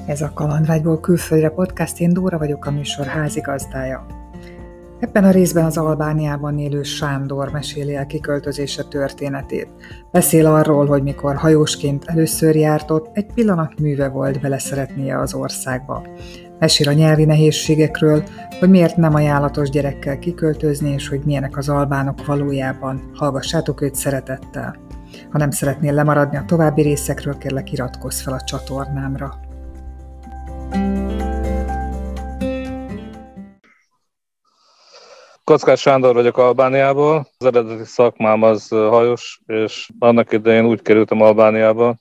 Ez a Kalandvágyból külföldre podcast, én Dóra vagyok, a műsor házigazdája. Ebben a részben az Albániában élő Sándor meséli el kiköltözése történetét. Beszél arról, hogy mikor hajósként először járt ott, egy pillanat műve volt beleszeretnie az országba. Mesél a nyelvi nehézségekről, hogy miért nem ajánlatos gyerekkel kiköltözni, és hogy milyenek az albánok valójában. Hallgassátok őt szeretettel. Ha nem szeretnél lemaradni a további részekről, kérlek iratkozz fel a csatornámra. Kockás Sándor vagyok Albániából. Az eredeti szakmám az hajós, és annak idején úgy kerültem Albániába,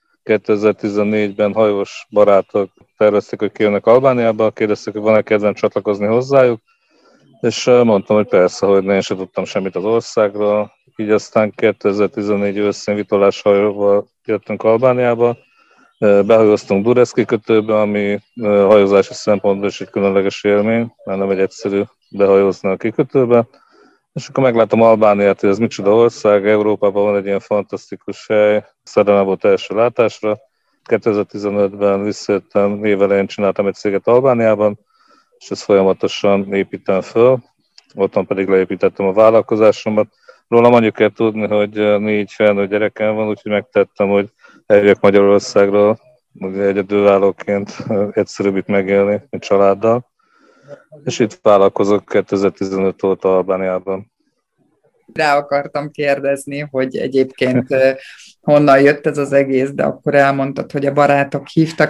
2014-ben hajós barátok tervezték, hogy kijönnek Albániába, kérdezték, hogy van-e kedvem csatlakozni hozzájuk, és mondtam, hogy persze, hogy én sem tudtam semmit az országról. Így aztán 2014 őszén vitorláshajóval jöttünk Albániába, behajóztunk Durrës kikötőbe, ami hajózási szempontból is egy különleges élmény, mert nem egy egyszerű behajózni a kikötőbe. És akkor megláttam Albániát, hogy ez micsoda ország, Európában van egy ilyen fantasztikus hely, szerelem volt első látásra. 2015-ben visszajöttem, évelején csináltam egy céget Albániában, és ezt folyamatosan építem föl. Otthon pedig leépítettem a vállalkozásomat. Rólam annyit kell tudni, hogy 4 felnőtt gyerekem van, úgyhogy megtettem, hogy eljövök Magyarországról, ugye egyedülállóként egyszerűbb itt megélni, mint családdal. És itt vállalkozok 2015 óta Albániában. Rá akartam kérdezni, hogy egyébként honnan jött ez az egész, de akkor elmondtad, hogy a barátok hívtak.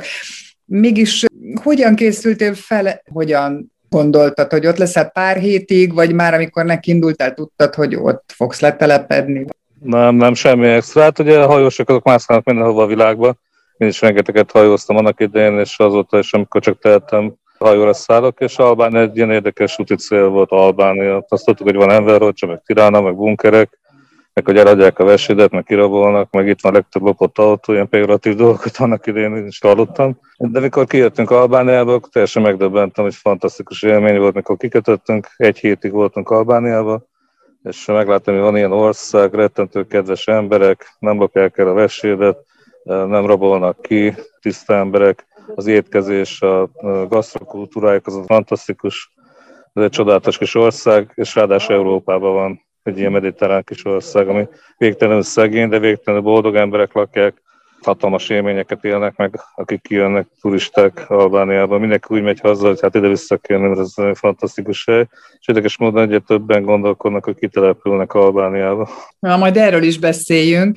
Mégis hogyan készültél fel, hogyan gondoltad, hogy ott leszel pár hétig, vagy már amikor nekindultál, tudtad, hogy ott fogsz letelepedni? Nem, semmi extra. Hát ugye a hajósok azok mászkálnak mindenhova a világba. Én is rengeteget hajóztam annak idején, és azóta is, amikor csak tehetem, hajóra szállok, és Albánia egy ilyen érdekes úti cél volt Albánia. Azt tudtuk, hogy van Enver Hoxha, meg Tirana, meg bunkerek, meg hogy eladják a vesédet, meg kirabolnak, meg itt van a legtöbb lopott autó, ilyen pejoratív dolgokat annak idején is hallottam. De mikor kijöttünk Albániába, akkor teljesen megdöbbentem, hogy fantasztikus élmény volt, mikor kikötöttünk, 1 hétig voltunk Albániába, és megláttam, hogy van ilyen ország, rettentő kedves emberek, nem lopják el a vesédet, nem rabolnak ki, tiszta emberek. Az étkezés, a gasztrokultúrájuk az fantasztikus, ez egy csodálatos kis ország, és ráadásul Európában van egy ilyen mediterrán kis ország, ami végtelenül szegény, de végtelenül boldog emberek lakják, hatalmas élményeket élnek meg, akik kijönnek turisták Albániában. Mindenki úgy megy haza, hogy hát ide vissza kell, mert ez egy fantasztikus hely, és érdekes módon egyre többen gondolkodnak, hogy kitelepülnek Albániába. Na, majd erről is beszéljünk.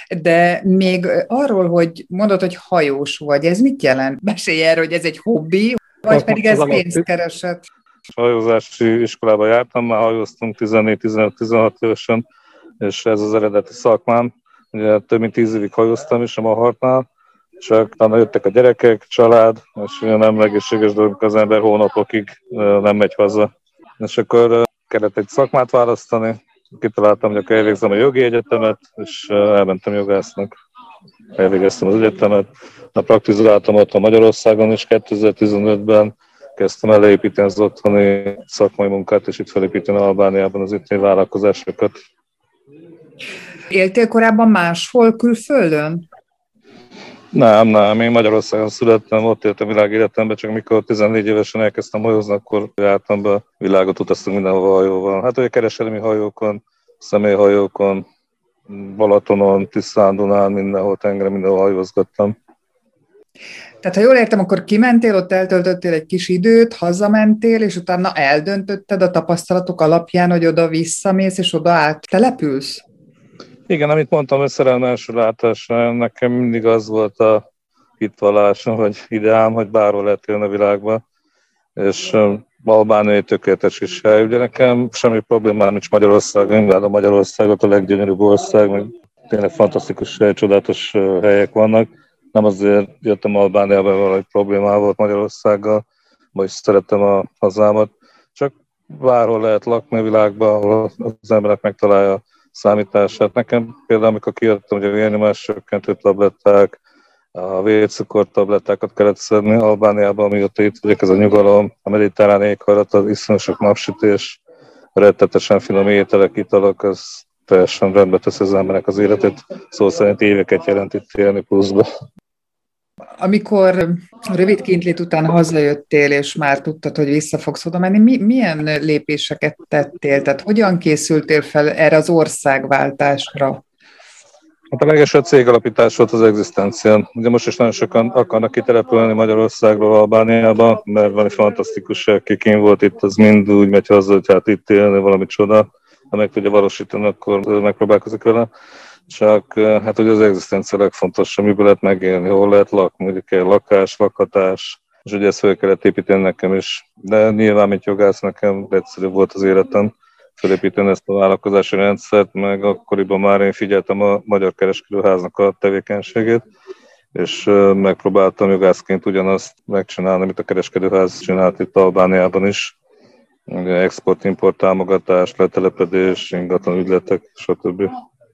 De még arról, hogy mondod, hogy hajós vagy, ez mit jelent? Mesélj erről, hogy ez egy hobbi, vagy pedig ez pénzkereset? Hajózási iskolába jártam, már hajóztunk 14-15-16 évesen, és ez az eredeti szakmám. Ugye több mint 10 évig hajóztam is a Mahartnál, csak utána jöttek a gyerekek, család, és nem egészséges dolog, az ember hónapokig nem megy haza. És akkor kellett egy szakmát választani, kitaláltam, hogy akkor elvégzem a jogi egyetemet, és elmentem jogásznak. Elvégeztem az egyetemet. Praktizáltam otthon Magyarországon is, 2015-ben kezdtem el leépíteni az otthoni szakmai munkát, és itt felépíteni Albániában az itteni vállalkozásokat. Éltél korábban máshol külföldön? Nem, én Magyarországon születtem, ott éltem világéletemben, csak mikor 14 évesen elkezdtem hajózni, akkor jártam be, világot utaztunk mindenhova hajóval. Hát ugye kereskedelmi hajókon, személyhajókon, Balatonon, Tisztán-Dunán, mindenhol tengeren, mindenhol hajózgattam. Tehát, ha jól értem, akkor kimentél, ott eltöltöttél egy kis időt, hazamentél, és utána eldöntötted a tapasztalatok alapján, hogy oda visszamész, és oda áttelepülsz? Igen, amit mondtam, hogy szerelem első látásra, nekem mindig az volt a hitvallásom, hogy ideám, hogy bárhol lehet élni a világban, és Albánia egy tökéletes kis hely. Ugye nekem semmi problémám nincs Magyarországon, imádom Magyarországot, a leggyönyörűbb ország, meg tényleg fantasztikus hely, csodálatos helyek vannak. Nem azért jöttem Albániába, valahogy problémám volt Magyarországgal, vagy szerettem a hazámat, csak bárhol lehet lakni a világban, ahol az emberek megtalálja számítását. Nekem például, amikor kijöttem, hogy a vérnyomás csökkentő tabletták, a vércukor tablettákat kellett szedni Albániában, amióta itt vagyok, ez a nyugalom, a mediterrán éghajlat, az iszonyú sok napsütés, rettetesen finom ételek, italok, az teljesen rendbe teszi az emberek az életét, szó szerint éveket jelent itt élni pluszba. Amikor rövid kínlét után hazajöttél, és már tudtad, hogy vissza fogsz oda menni, milyen lépéseket tettél? Tehát hogyan készültél fel erre az országváltásra? Hát a legelső cégalapítás volt az egzisztencia. Ugye most is nagyon sokan akarnak kitelepülni Magyarországról Albániába, mert valami fantasztikus kikin volt itt, az mind úgy megy haza, hogy hát itt élni valami csoda. Ha meg tudja valósítani, akkor megpróbálkozik vele. Csak hát ugye az egzisztencia legfontosabb, miből lehet megélni, hol lehet lakni, mondjuk egy lakás, lakhatás, és ugye ezt fel kellett építeni nekem is. De nyilván, mint jogász, nekem egyszerűbb volt az életem felépíteni ezt a vállalkozási rendszert, meg akkoriban már én figyeltem a Magyar Kereskedőháznak a tevékenységét, és megpróbáltam jogászként ugyanazt megcsinálni, amit a Kereskedőház csinált itt Albániában is. Export-import támogatás, letelepedés, ingatlan ügyletek, stb.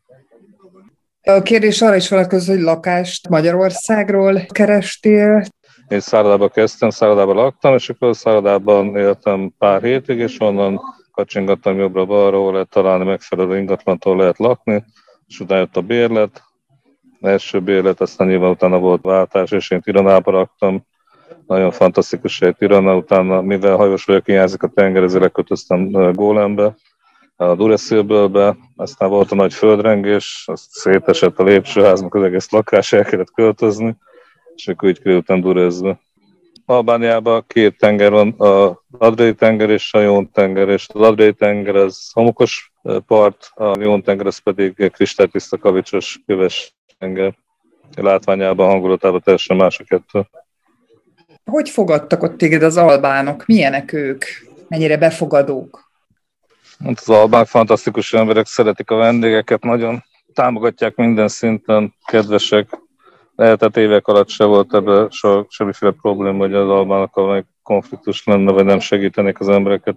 A kérdés arra is vonatkozó, hogy lakást Magyarországról kerestél. Én szállodában kezdtem, szállodában laktam, és akkor a szállodában éltem pár hétig, és onnan kacsingattam jobbra-balra, ahol lehet találni megfelelő ingatlant, ahol lehet lakni, és utána jött a bérlet, első bérlet, aztán nyilván utána volt váltás, és én Tiranába laktam. Nagyon fantasztikus egy Tirana, utána, mivel hajós vagyok, hiányzik a tenger, ezért leköltöztem Gólembe, a Dureszülbölbe, aztán volt a nagy földrengés, azt szétesett a lépcsőháznak az egész lakás, el kellett költözni, és akkor így kerültem Durezbe. Albániában két tenger van, az Adriai tenger és a Jón tenger, és az Adriai tenger az homokos part, a Jón tenger az pedig kristálytiszta kavicsos köves tenger. Látványában, hangulatában teljesen más a kettő. Hogy fogadtak ott téged az albánok? Milyenek ők? Mennyire befogadók? Hát az albánok fantasztikus emberek, szeretik a vendégeket, nagyon támogatják minden szinten, kedvesek. Tehát évek alatt se volt ebben semmiféle probléma, hogy az albánokkal meg konfliktus lenne, vagy nem segítenék az embereket.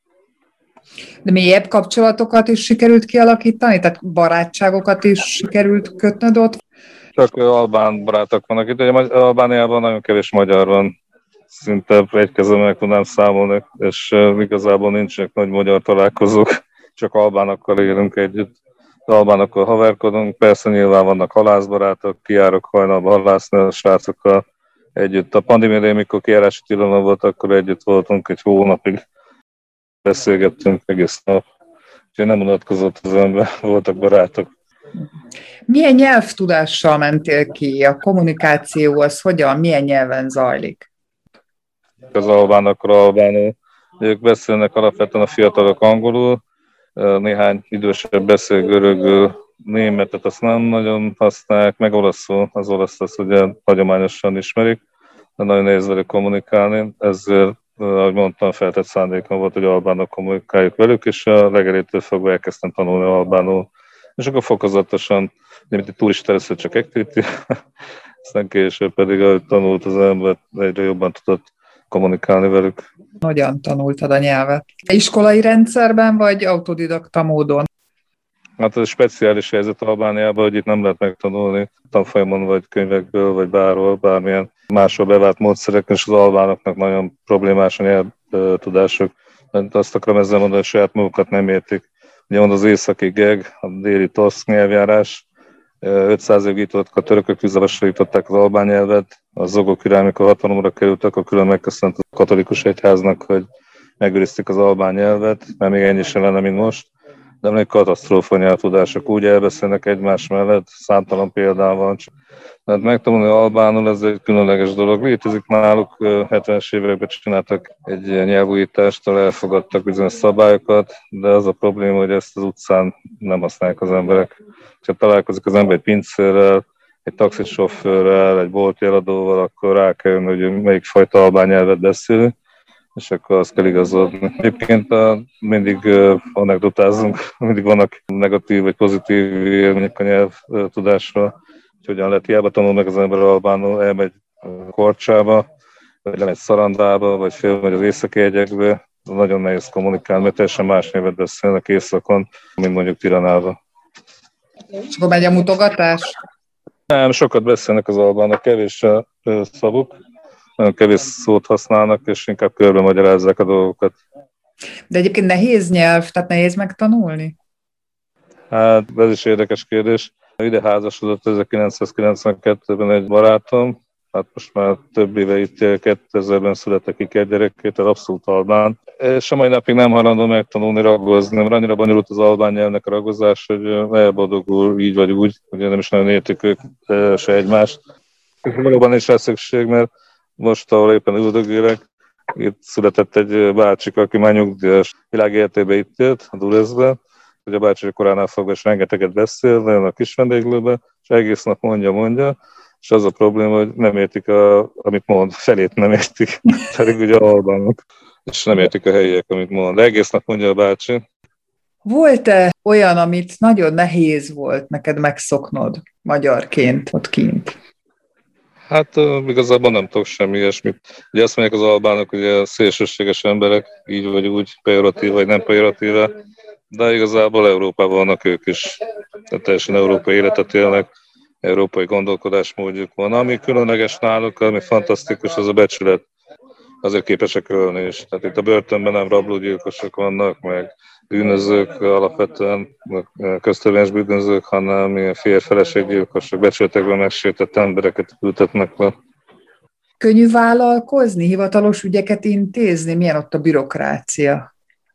De mélyebb kapcsolatokat is sikerült kialakítani? Tehát barátságokat is sikerült kötnöd ott? Csak albán barátok vannak itt. Ugye Albániában nagyon kevés magyar van, szinte egy kezem meg tudnám számolni, és igazából nincsenek nagy magyar találkozók, csak albánokkal élünk együtt. Az albánokkal haverkodunk, persze nyilván vannak halászbarátok, kijárok hajnalba halászni a srácokkal együtt. A pandémia, mikor kijárási tilalom volt, akkor együtt voltunk egy hónapig, beszélgettünk egész nap. Úgyhogy nem unatkozott az ember, voltak barátok. Milyen nyelvtudással mentél ki? A kommunikáció az hogyan, milyen nyelven zajlik? Az albánokról albánul. Ők beszélnek alapvetően a fiatalok angolul, néhány idősebb beszél görögül, németet azt nem nagyon használják, meg olaszul, az olasz azt ugye hagyományosan ismerik, de nagyon nehéz velük kommunikálni, ezért, ahogy mondtam, feltett szándékom volt, hogy albánul kommunikáljuk velük, és a legelétől fogva elkezdtem tanulni albánul. És akkor fokozatosan, mint egy turista először csak activity, aztán később pedig, ahogy tanult az ember, egyre jobban tudott kommunikálni velük. Hogyan tanultad a nyelvet? Iskolai rendszerben, vagy autodidakta módon? Hát ez speciális helyzet Albániában, hogy itt nem lehet megtanulni tanfolyamon, vagy könyvekből, vagy bárhol, bármilyen máshol bevált módszerek, és az albánoknak nagyon problémás a nyelvtudások. Azt akarom ezzel mondani, hogy saját magukat nem értik. Ugye van az északi geg, a déli toszk nyelvjárás, 500 évig itt voltak a törökök, visszavasították az albán nyelvet, a zogó király, amikor hatalomra kerültek, akkor külön megköszönt a katolikus egyháznak, hogy megőrizték az albán nyelvet, mert még ennyi sem lenne, mint most. De még katasztrófa nyelvtudások, úgy elbeszélnek egymás mellett, számtalan példával. Tehát megtanulni albánul, ez egy különleges dolog. Létezik náluk, 70-es években csináltak egy nyelvújítást, elfogadtak bizonyos szabályokat, de az a probléma, hogy ezt az utcán nem használják az emberek. Ha találkozik az ember egy pincérrel, egy taxisofőrrel, egy bolti eladóval, akkor rá kell jönni, hogy melyik fajta albán nyelvet beszélünk, és akkor azt kell igazolni. Egyébként mindig anekdotázunk, mindig vannak negatív vagy pozitív élmények a nyelvtudásra, hogy hogyan lehet, hiába tanul meg az ember albánul, elmegy Korcsába, vagy lemegy Szarandába, vagy fölmegy az északi hegyekbe, nagyon nehéz kommunikálni, mert teljesen más nyelvet beszélnek északon, mint mondjuk Tiranába. És akkor megy a mutogatás? Nem, sokat beszélnek az albánok, kevés a szavuk, nagyon kevés szót használnak, és inkább körbe magyarázzák a dolgokat. De egyébként nehéz nyelv, tehát nehéz megtanulni? Hát ez is érdekes kérdés. Ide házasodott 1992-ben egy barátom, hát most már több éve itt 2000-ben született ki egy gyerekét, az abszolút albán. És a mai napig nem hajlandó megtanulni ragozni, mert annyira bonyolult az albán nyelvnek a ragozás, hogy elboldogul így vagy úgy, ugye nem is nagyon értik ők se egymást. Valóban is rá szükség, mert most, ahol éppen üldögélek, itt született egy bácsik, aki már nyugdíjas, világéletében itt élt, a Durezbe, hogy a bácsi koránál fogva is rengeteget beszél, nagyon a kis vendéglőbe, és egész nap mondja, és az a probléma, hogy nem értik, amit mond, felét nem értik, pedig ugye albánok, és nem értik a helyiek, amit mond. De egész nap mondja a bácsi. Volt-e olyan, amit nagyon nehéz volt neked megszoknod magyarként ott kint? Hát igazából nem tudok semmi ilyesmit. Ugye azt mondják az albánok, hogy a szélsőséges emberek, így vagy úgy, pejoratív vagy nem pejoratíve, de igazából Európában vannak ők is. Tehát teljesen európai életet élnek, európai gondolkodásmódjuk van. Ami különleges náluk, ami fantasztikus, az a becsület. Azért képesek ölni is. Tehát itt a börtönben nem rablógyilkosok vannak, meg bűnözők, alapvetően köztörvényes bűnözők, hanem ilyen férj-feleséggyilkosok, becsületekben megsértett embereket ültetnek le. Könnyű vállalkozni, hivatalos ügyeket intézni? Milyen ott a bürokrácia?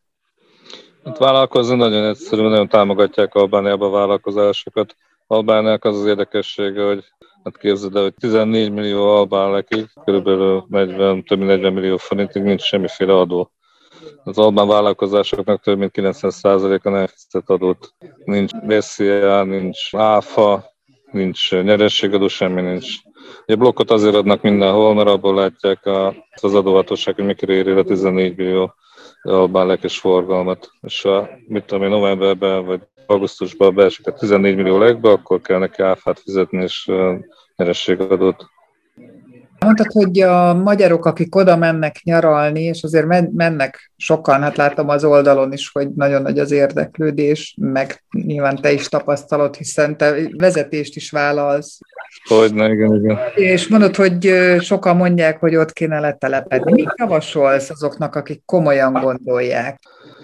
Hát vállalkozni nagyon egyszerű, nagyon támogatják Albániában a vállalkozásokat. Albániának az az érdekessége, hogy hát képzeld el, hogy 14 millió albán lakik, körülbelül több mint 40 millió forintig nincs semmiféle adó. Az albán vállalkozásoknak több mint 90%-a nem fizet adót. Nincs BSZIA, nincs áfa, nincs nyerességadó, semmi nincs. Ugye blokkot azért adnak mindenhol, mert abból látják az adóhatóság, hogy mikor éri a 14 millió albán lekes forgalmat. És novemberben vagy augusztusban beesik a 14 millió lekbe, akkor kell neki áfát fizetni és nyerességadót. Mondtad, hogy a magyarok, akik oda mennek nyaralni, és azért mennek sokan, hát látom az oldalon is, hogy nagyon nagy az érdeklődés, meg nyilván te is tapasztalod, hiszen te vezetést is vállalsz. Hogyne, igen. És mondod, hogy sokan mondják, hogy ott kéne letelepedni. Mit javasolsz azoknak, akik komolyan gondolják?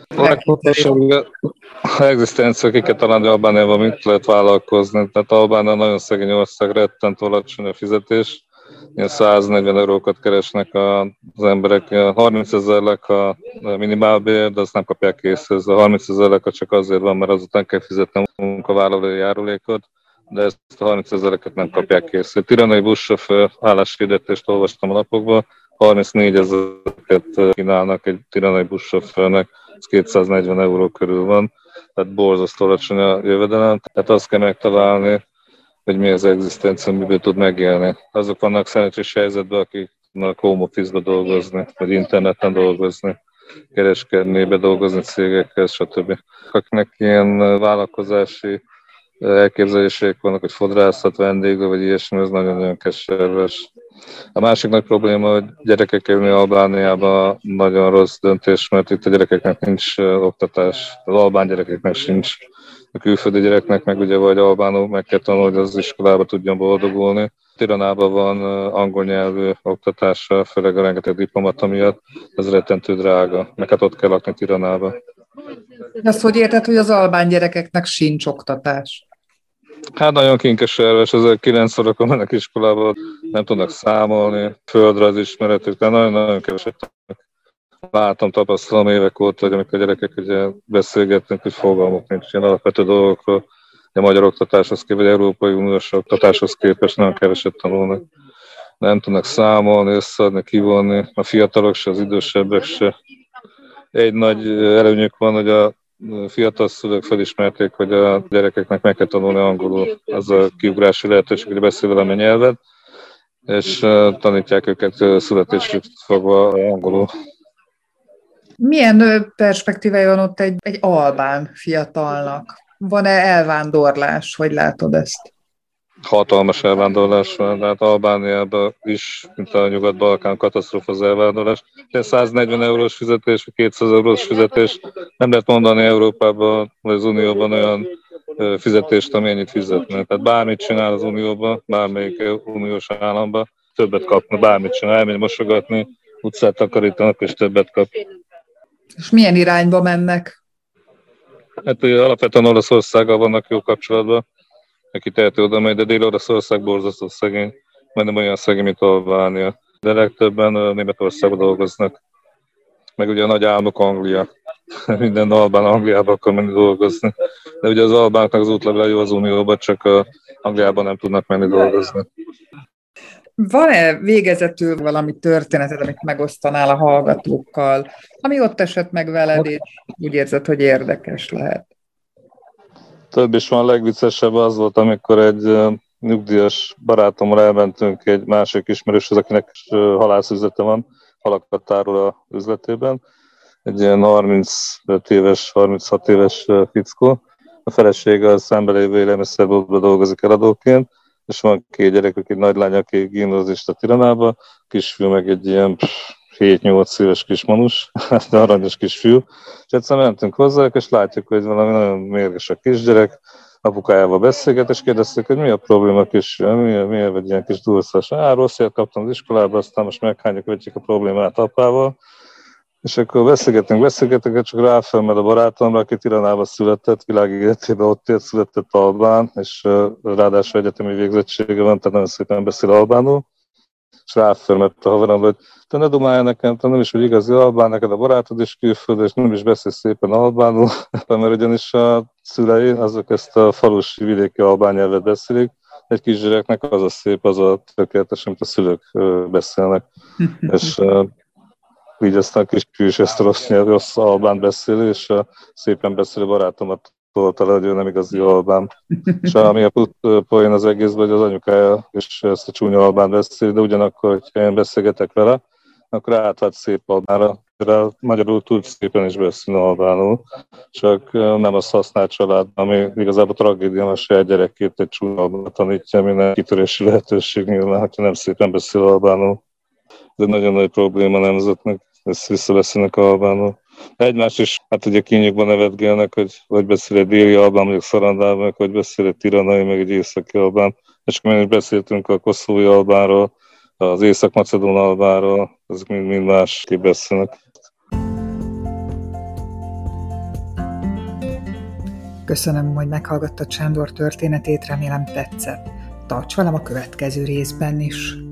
A egzisztencia kiket találni Albániában, mit lehet vállalkozni. Tehát Albánia nagyon szegény ország, rettent alacsony a fizetés. Ilyen 140 eurókat keresnek az emberek. 30 000 a minimálbér, de azt nem kapják készhez. Ez a 30 000 csak azért van, mert azután kell fizetni a munkavállalói járulékot, de ezt a 30 000-et nem kapják készhez. Tiranai buszsofőr álláshirdetést olvastam a lapokban, 34 000-et kínálnak egy tiranai buszsofőrnek, ez 240 euró körül van, tehát borzasztó alacsony a jövedelem. Tehát azt kell megtalálni, hogy mi az egzisztencia, miből tud megélni. Azok vannak szerencsés helyzetben, akik tudnak home office-ba dolgozni, vagy interneten dolgozni, kereskedni, bedolgozni cégekhez, stb. Akinek ilyen vállalkozási elképzeléseik vannak, hogy fodrászat, vendéglő, vagy ilyesmi, ez nagyon-nagyon keserves. A másik nagy probléma, hogy gyerekek jönni Albániába nagyon rossz döntés, mert itt a gyerekeknek nincs oktatás, az albán gyerekeknek sincs. A külföldi gyereknek meg ugye vagy albánul meg kell tanulni, hogy az iskolába tudjon boldogulni. Tiranában van angol nyelvű oktatása, főleg a rengeteg diplomata miatt, ez rettentő drága, meg hát ott kell lakni Tiranába. Azt hogy érted, hogy az albán gyerekeknek sincs oktatás? Hát nagyon kinkeserves, ezek 9 órakor mennek iskolába, nem tudnak számolni, földrajz ismeretük, de nagyon-nagyon keveset. Látom, tapasztalom évek óta, hogy amikor a gyerekek ugye beszélgetnek, hogy fogalmuk nincs ilyen alapvető dolgokról. A magyar oktatáshoz képest, vagy Európai Uniós oktatáshoz képest nagyon keveset tanulnak. Nem tudnak számolni, összeadni, kivonni, a fiatalok se, az idősebbek se. Egy nagy előnyük van, hogy a fiatal szülők felismerték, hogy a gyerekeknek meg kell tanulni angolul. Az a kiugrási lehetőség, hogy beszél valami nyelvet, és tanítják őket születésük fogva angolul. Milyen perspektívája van ott egy albán fiatalnak? Van-e elvándorlás? Hogy látod ezt? Hatalmas elvándorlás van, de hát Albániában is, mint a Nyugat-Balkán, katasztrófa az elvándorlás. 140 eurós fizetés, vagy 200 eurós fizetés, nem lehet mondani Európában, vagy az Unióban olyan fizetést, ami ennyit fizetne. Tehát bármit csinál az Unióban, bármelyik uniós államban, többet kapna, bármit csinál, elmegy mosogatni, utcát takarítanak, és többet kap. És milyen irányba mennek? Hát alapvetően Oroszországgal vannak jó kapcsolatban, aki tehető oda megy, de Dél-Oroszország borzasztó szegény. majdnem olyan szegény, mint Albánia. De legtöbben Németországban dolgoznak. Meg ugye a nagy álmok Anglia. Minden albán Angliába akar menni dolgozni. De ugye az albánoknak az útlevele jó az Unióban, csak Angliában nem tudnak menni dolgozni. Van-e végezetül valami történeted, amit megosztanál a hallgatókkal, ami ott esett meg veled, és úgy érzed, hogy érdekes lehet? Több is van, a legviccesebb az volt, amikor egy nyugdíjas barátommal elmentünk egy másik ismerőshez, akinek halászüzlete van, halakat tárol a üzletében. Egy ilyen 35 éves, 36 éves fickó. A felesége a szembe lévő élelmiszerboltban dolgozik eladóként, és van 2 gyerek, egy nagylány, aki gimnazista Tiranába, a kisfiú meg egy ilyen 7-8 éves kismanus, de aranyos kisfiú. És egyszer mentünk hozzá, és látjuk, hogy valami nagyon mérges a kisgyerek, apukájával beszélget, és kérdezték, hogy mi a probléma kisfiú, miért vagy ilyen kis durszas. Rossz élet kaptam az iskolába, aztán most meghányjuk, vetjük a problémát apával. És akkor beszélgetünk, csak ráfelmed a barátomra, aki Tiranában született, világi életében ott élt, született albán, és ráadásul egyetemi végzettsége van, tehát nagyon szépen beszél albánul. És ráfelmett a haveromra, hogy te ne dumálj nekem, te nem is vagy igazi albán, neked a barátod is külföldön, és nem is beszél szépen albánul, mert ugyanis a szülei, azok ezt a falusi vidéki albán nyelvet beszélik, egy kisgyereknek az a szép, az a tökéletes, amit a szülők beszélnek. És így aztán a kisfiú is ezt a rossz albán beszél, és szépen beszélő barátomat tolta le, hogy ő nem igazi albán. És ami a poén az egészben, hogy az anyukája is ezt a csúnya albán beszél, de ugyanakkor, hogyha én beszélgetek vele, akkor átvált szép albánra, magyarul tud szépen is beszélni albánul, csak nem azt használ család, ami igazából tragédia, a saját gyerekét egy csúnya albán tanítja, minden kitörési lehetőség nyilván, hogyha nem szépen beszél albánul. Ez egy nagyon nagy probléma a nemzetnek, ezt visszaveszélnek albánul. Egymást is, hát ugye kínjukban nevetgélnek, hogy beszél egy déli albán, mondjuk Szarandában, meg hogy beszél egy tiranai, meg egy északi albán. És akkor mi is beszéltünk a koszovói albánról, az észak-macedón albánról, azok mind másképp beszélnek. Köszönöm, hogy meghallgattad Sándor történetét, remélem tetszett. Tarts velem a következő részben is!